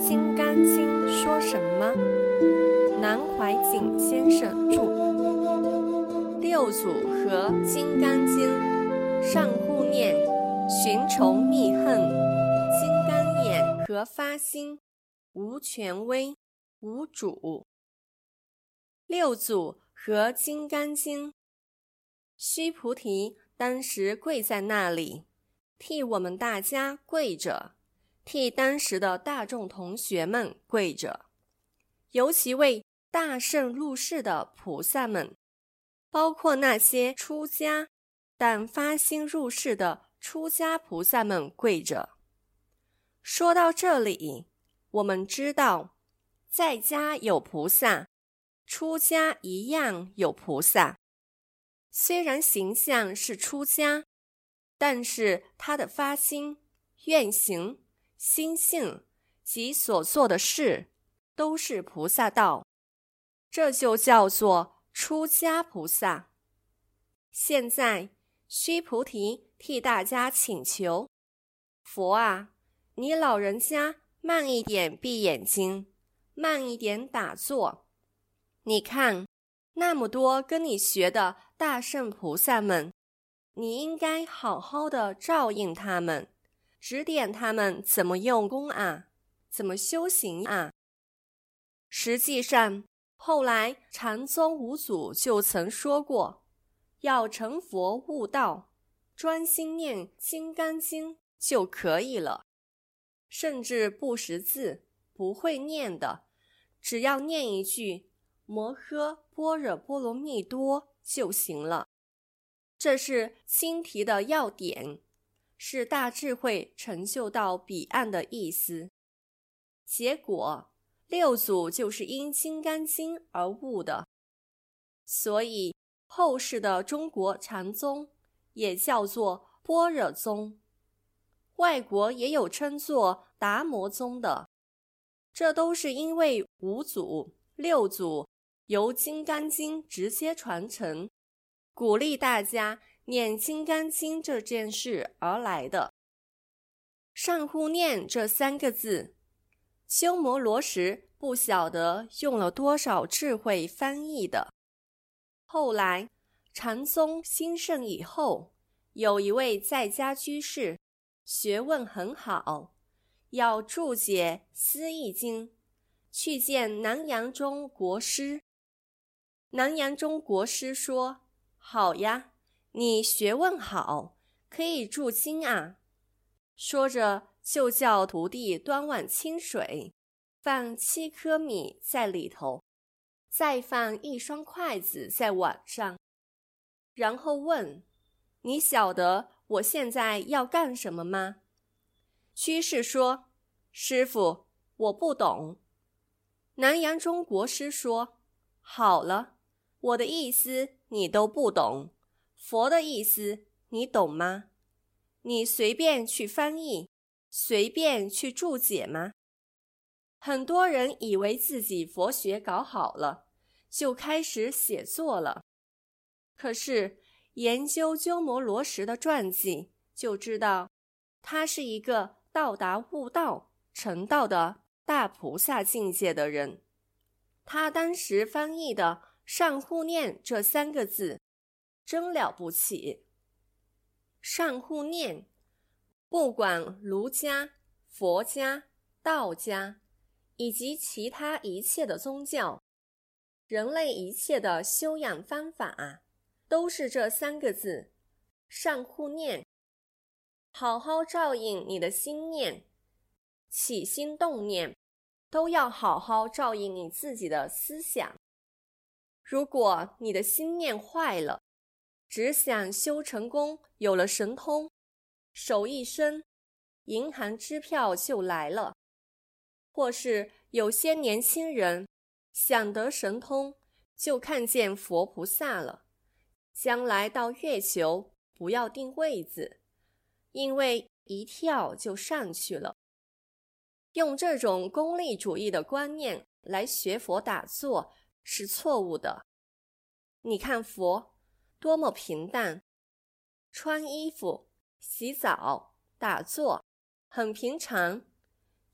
心甘经》说什么？南怀瑾先生著。六祖合《金刚经》，上护念，寻仇觅恨，金刚眼和发心，无权威，无主。六祖合《金刚经》，须菩提当时跪在那里，替我们大家跪着，替当时的大众同学们跪着，尤其为大圣入世的菩萨们，包括那些出家但发心入世的出家菩萨们跪着。说到这里，我们知道，在家有菩萨，出家一样有菩萨。虽然形象是出家，但是他的发心、愿行、心性及所做的事都是菩萨道，这就叫做出家菩萨。现在须菩提替大家请求，佛啊，你老人家慢一点闭眼睛，慢一点打坐。你看那么多跟你学的大圣菩萨们，你应该好好的照应他们，指点他们怎么用功啊，怎么修行啊。实际上，后来禅宗五祖就曾说过，要成佛悟道，专心念《金刚经》就可以了。甚至不识字，不会念的，只要念一句摩诃般若波罗蜜多就行了。这是经题的要点，是大智慧成就到彼岸的意思。结果六祖就是因《金刚经》而悟的，所以后世的中国禅宗也叫做般若宗，外国也有称作达摩宗的。这都是因为五祖、六祖由《金刚经》直接传承，鼓励大家念《金刚经》这件事而来的。上护念这三个字，鸠摩罗什不晓得用了多少智慧翻译的。后来禅宗兴盛以后，有一位在家居士，学问很好，要注解《思义经》，去见南阳中国师。南阳中国师说，好呀，你学问好，可以注经啊。说着就叫徒弟端碗清水，放7颗米在里头，再放1双筷子在碗上，然后问，你晓得我现在要干什么吗？居士说，师父，我不懂。南阳中国师说，好了，我的意思你都不懂，佛的意思你懂吗？你随便去翻译，随便去注解吗？很多人以为自己佛学搞好了，就开始写作了。可是研究鸠摩罗什的传记，就知道他是一个到达悟道、成道的大菩萨境界的人。他当时翻译的上护念这3个字，真了不起。上护念，不管儒家、佛家、道家，以及其他一切的宗教，人类一切的修养方法，都是这3个字，上护念。好好照应你的心念，起心动念，都要好好照应你自己的思想。如果你的心念坏了，只想修成功，有了神通，手一伸，银行支票就来了。或是有些年轻人想得神通，就看见佛菩萨了，将来到月球不要定位子，因为一跳就上去了。用这种功利主义的观念来学佛打坐是错误的。你看佛多么平淡，穿衣服、洗澡、打坐很平常，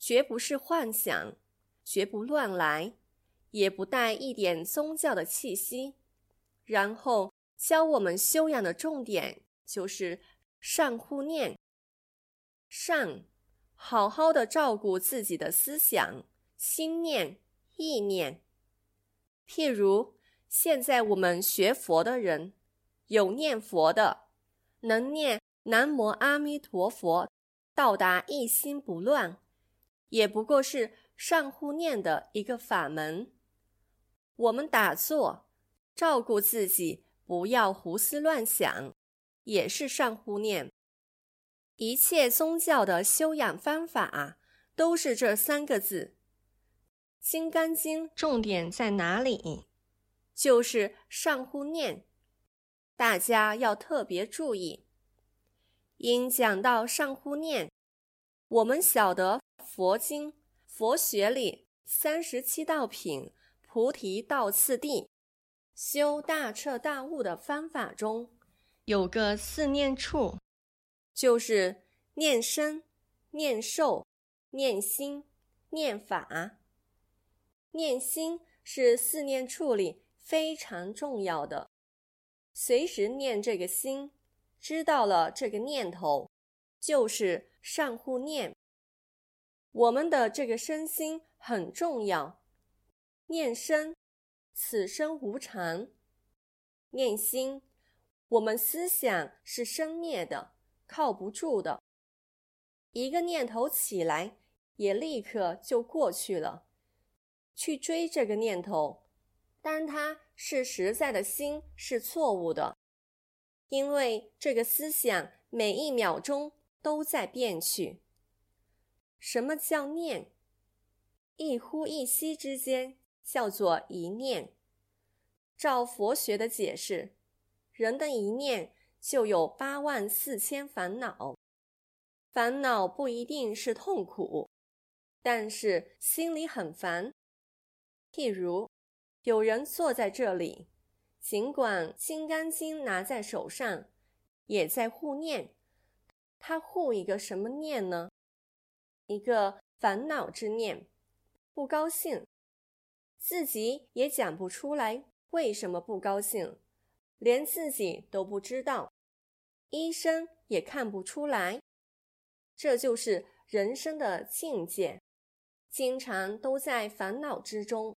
绝不是幻想，绝不乱来，也不带一点宗教的气息。然后教我们修养的重点就是善护念。善，好好的照顾自己的思想、心念、意念。譬如现在我们学佛的人，有念佛的，能念南无阿弥陀佛到达一心不乱，也不过是善护念的一个法门。我们打坐，照顾自己不要胡思乱想，也是善护念。一切宗教的修养方法都是这3个字。金刚经重点在哪里？就是善护念，大家要特别注意。因讲到善护念，我们晓得佛经、佛学里37道品菩提道次第修大彻大悟的方法中，有个4念处，就是念身、念受、念心、念法。念心是4念处里非常重要的，随时念这个心，知道了这个念头，就是善护念。我们的这个身心很重要。念身，此生无常；念心，我们思想是生灭的，靠不住的，一个念头起来也立刻就过去了。去追这个念头，当它是实在的心是错误的，因为这个思想每一秒钟都在变去。什么叫念？一呼一吸之间叫做一念。照佛学的解释，人的一念就有84000烦恼。烦恼不一定是痛苦，但是心里很烦。譬如有人坐在这里，尽管《金刚经》拿在手上，也在护念。他护一个什么念呢？一个烦恼之念，不高兴，自己也讲不出来为什么不高兴，连自己都不知道，医生也看不出来。这就是人生的境界，经常都在烦恼之中。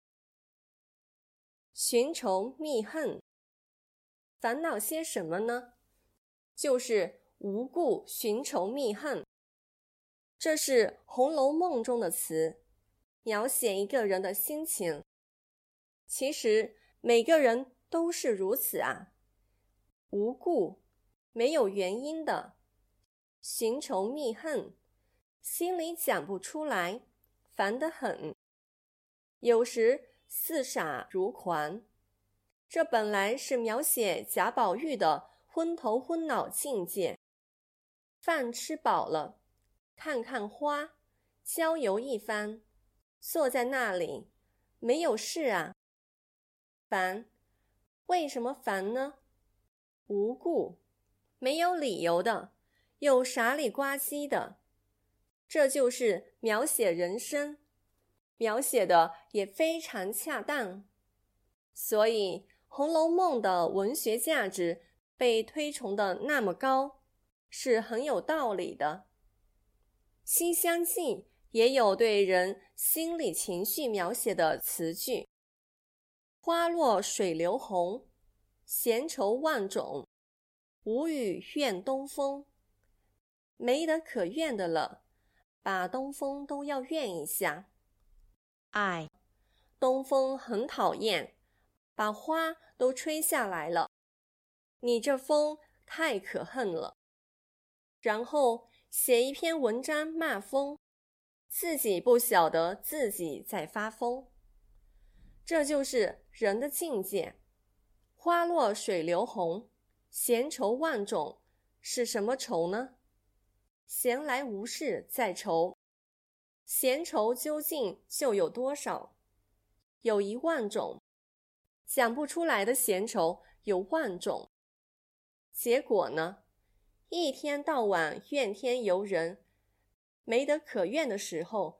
寻仇觅恨，烦恼些什么呢？就是无故寻仇觅恨。这是《红楼梦》中的词，描写一个人的心情。其实每个人都是如此啊，无故，没有原因的，寻仇觅恨，心里讲不出来，烦得很。有时似傻如狂，这本来是描写贾宝玉的昏头昏脑境界。饭吃饱了，看看花，郊游一番，坐在那里，没有事啊。烦，为什么烦呢？无故，没有理由的，又傻里呱唧的。这就是描写人生，描写的也非常恰当。所以《红楼梦》的文学价值被推崇的那么高，是很有道理的。《西厢记》也有对人心理情绪描写的词句：花落水流红，闲愁万种，无语怨东风。没得可怨的了，把东风都要怨一下。哎，东风很讨厌，把花都吹下来了，你这风太可恨了。然后写一篇文章骂风，自己不晓得自己在发疯。这就是人的境界。花落水流红，闲愁万种，是什么愁呢？闲来无事在愁。闲愁究竟就有多少？有10000种，讲不出来的闲愁有万种。结果呢？一天到晚怨天尤人，没得可怨的时候，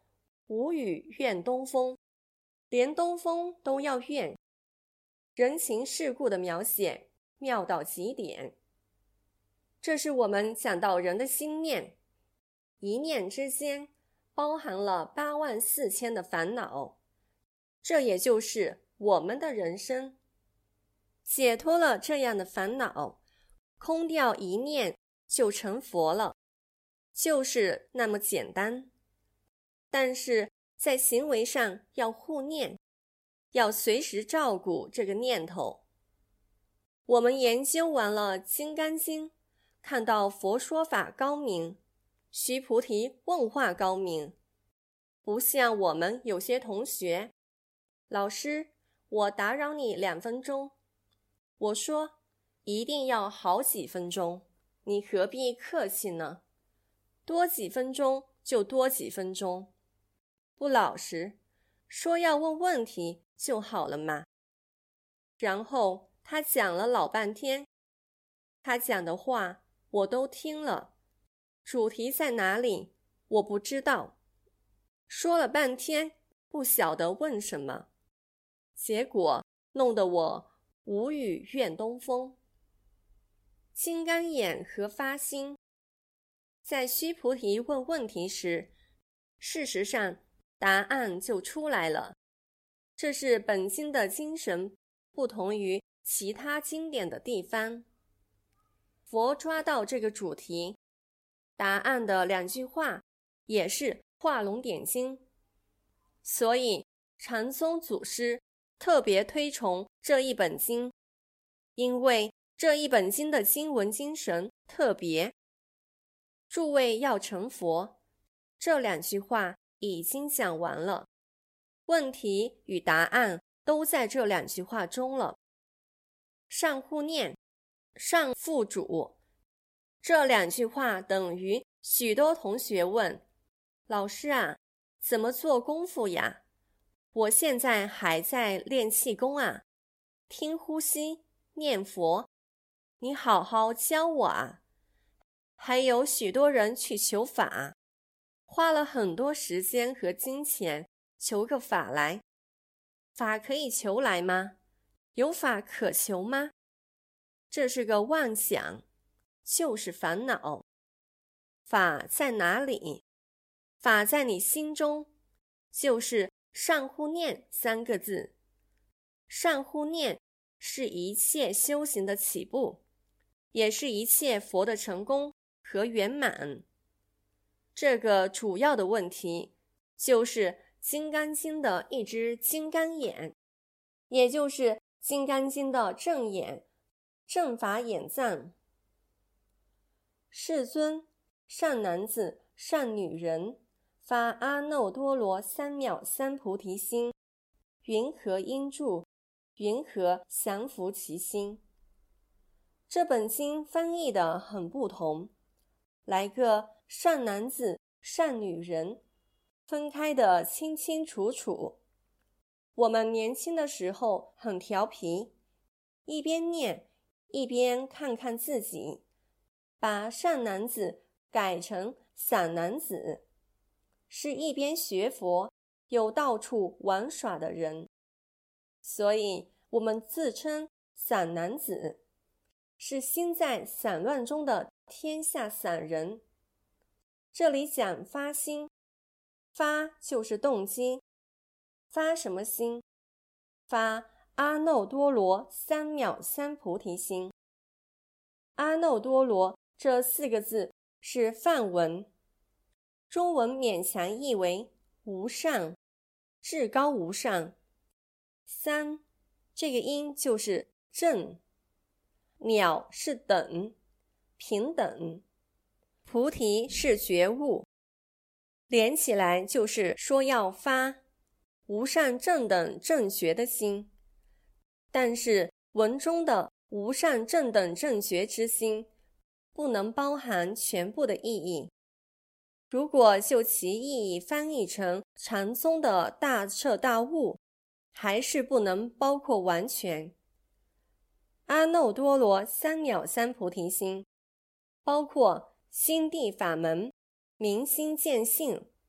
无语怨东风，连东风都要怨。人情世故的描写妙到极点。这是我们讲到人的心念，一念之间包含了84000的烦恼，这也就是我们的人生。解脱了这样的烦恼，空掉一念就成佛了，就是那么简单。但是在行为上要护念，要随时照顾这个念头。我们研究完了《金刚经》，看到佛说法高明，须菩提问话高明，不像我们有些同学，老师，我打扰你2分钟，我说一定要好几分钟，你何必客气呢？多几分钟就多几分钟，不老实，说要问问题就好了嘛。然后他讲了老半天，他讲的话我都听了，主题在哪里我不知道，说了半天不晓得问什么，结果弄得我无语怨东风。金刚眼和发心，在须菩提问问题时，事实上答案就出来了。这是本经的精神不同于其他经典的地方。佛抓到这个主题，答案的2句话也是画龙点睛，所以禅宗祖师特别推崇这一本经，因为这一本经的经文精神特别。诸位要成佛，这2句话已经讲完了，问题与答案都在这2句话中了。上护念，上付嘱，这2句话等于许多同学问，老师啊，怎么做功夫呀？我现在还在练气功啊，听呼吸，念佛，你好好教我啊。还有许多人去求法，花了很多时间和金钱求个法来，法可以求来吗？有法可求吗？这是个妄想，就是烦恼。法在哪里？法在你心中，就是上护念3个字。上护念是一切修行的起步，也是一切佛的成功和圆满。这个主要的问题就是《金刚经》的一只金刚眼，也就是《金刚经》的正眼，正法眼藏。世尊，善男子、善女人，发阿耨多罗三藐三菩提心，云何应住？云何降伏其心？这本经翻译的很不同，来个善男子、善女人，分开的清清楚楚。我们年轻的时候很调皮，一边念一边看看自己，把善男子改成散男子，是一边学佛又到处玩耍的人，所以我们自称散男子，是心在散乱中的天下散人。这里讲发心，发就是动机，发什么心？发阿耨多罗三藐三菩提心。阿耨多罗这4个字是梵文，中文勉强译为无上，至高无上。三这个音就是正，藐是等，平等，菩提是觉悟，连起来就是说要发无上正等正觉的心。但是文中的无上正等正觉之心不能包含全部的意义，如果就其意义翻译成禅宗的大彻大悟，还是不能包括完全。阿耨多罗三藐三菩提心包括心地法门、明心见性、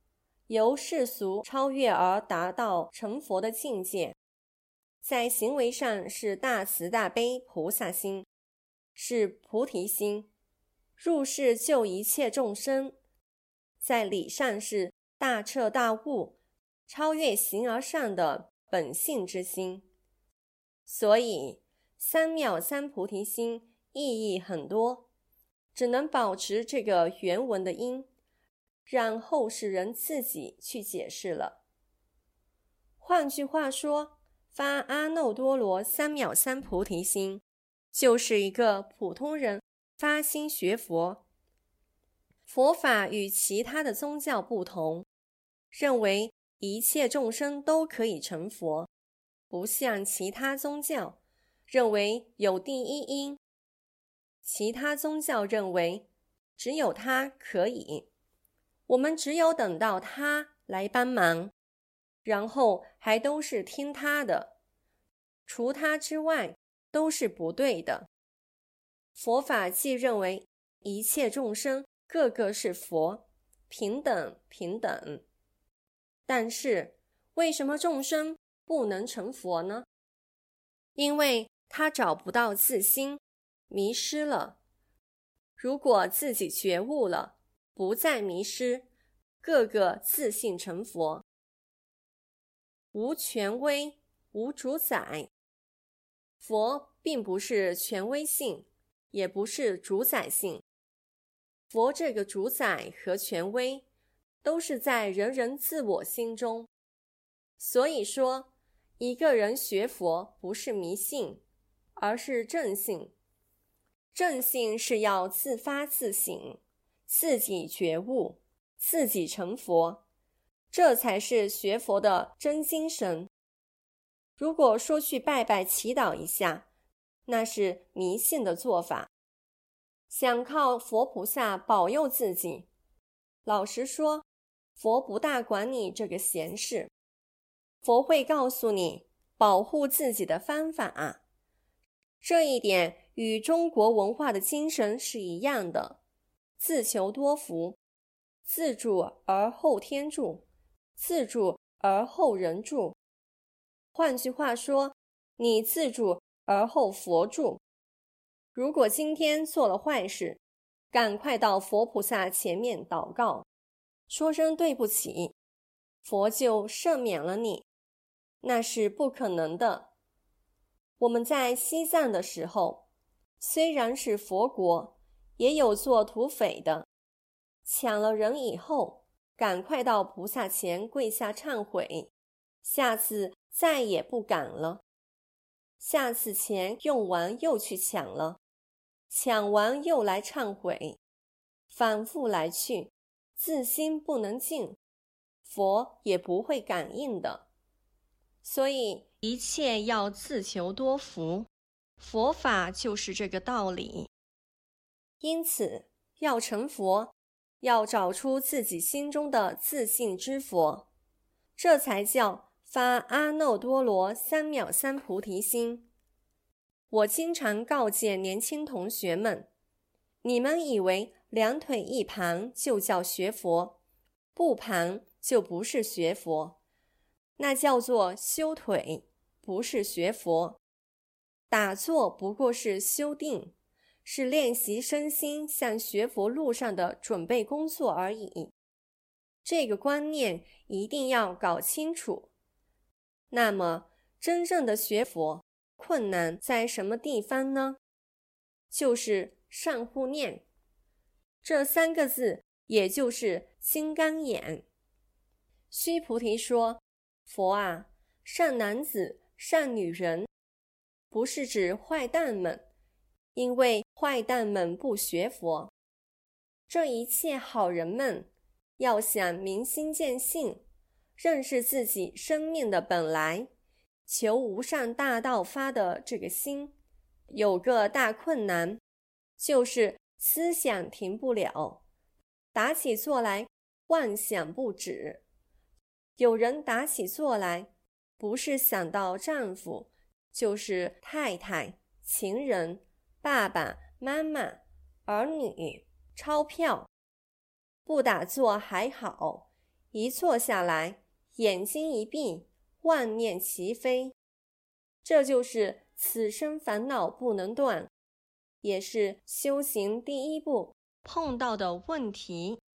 由世俗超越而达到成佛的境界。在行为上是大慈大悲菩萨心，是菩提心，入世救一切众生。在理上是大彻大悟，超越形而上的本性之心。所以三藐三菩提心意义很多，只能保持这个原文的音，让后世人自己去解释了。换句话说，发阿耨多罗三藐三菩提心，就是一个普通人发心学佛。佛法与其他的宗教不同，认为一切众生都可以成佛，不像其他宗教认为有第一因，其他宗教认为只有他可以，我们只有等到他来帮忙，然后还都是听他的，除他之外都是不对的。佛法既认为一切众生个个是佛，平等平等，但是为什么众生不能成佛呢？因为他找不到自心，迷失了。如果自己觉悟了，不再迷失，个个自信成佛。无权威，无主宰。佛并不是权威性，也不是主宰性。佛这个主宰和权威都是在人人自我心中。所以说，一个人学佛不是迷信，而是正信。正信是要自发自省，自己觉悟，自己成佛，这才是学佛的真精神。如果说去拜拜祈祷一下，那是迷信的做法。想靠佛菩萨保佑自己，老实说，佛不大管你这个闲事。佛会告诉你保护自己的方法，这一点与中国文化的精神是一样的，自求多福，自助而后天助，自助而后人助。换句话说，你自助而后佛助。如果今天做了坏事，赶快到佛菩萨前面祷告，说声对不起，佛就赦免了你，那是不可能的。我们在西藏的时候，虽然是佛国，也有做土匪的，抢了人以后，赶快到菩萨前跪下忏悔，下次再也不敢了。下次钱用完又去抢了，抢完又来忏悔，反复来去，自心不能静，佛也不会感应的。所以一切要自求多福，佛法就是这个道理。因此要成佛，要找出自己心中的自信之佛，这才叫发阿耨多罗三藐三菩提心。我经常告诫年轻同学们，你们以为两腿一盘就叫学佛，不盘就不是学佛，那叫做修腿，不是学佛。打坐不过是修定，是练习身心向学佛路上的准备工作而已。这个观念一定要搞清楚。那么真正的学佛困难在什么地方呢？就是上护念，这3个字也就是金刚眼。须菩提说，佛啊，善男子善女人不是指坏蛋们，因为坏蛋们不学佛。这一切好人们要想明心见性，认识自己生命的本来，求无上大道发的这个心，有个大困难，就是思想停不了，打起坐来妄想不止。有人打起坐来，不是想到丈夫，就是太太、情人、爸爸妈妈、儿女、钞票。不打坐还好， 一坐下来，眼睛一闭，万念齐飞。这就是此生烦恼不能断，也是修行第一步碰到的问题。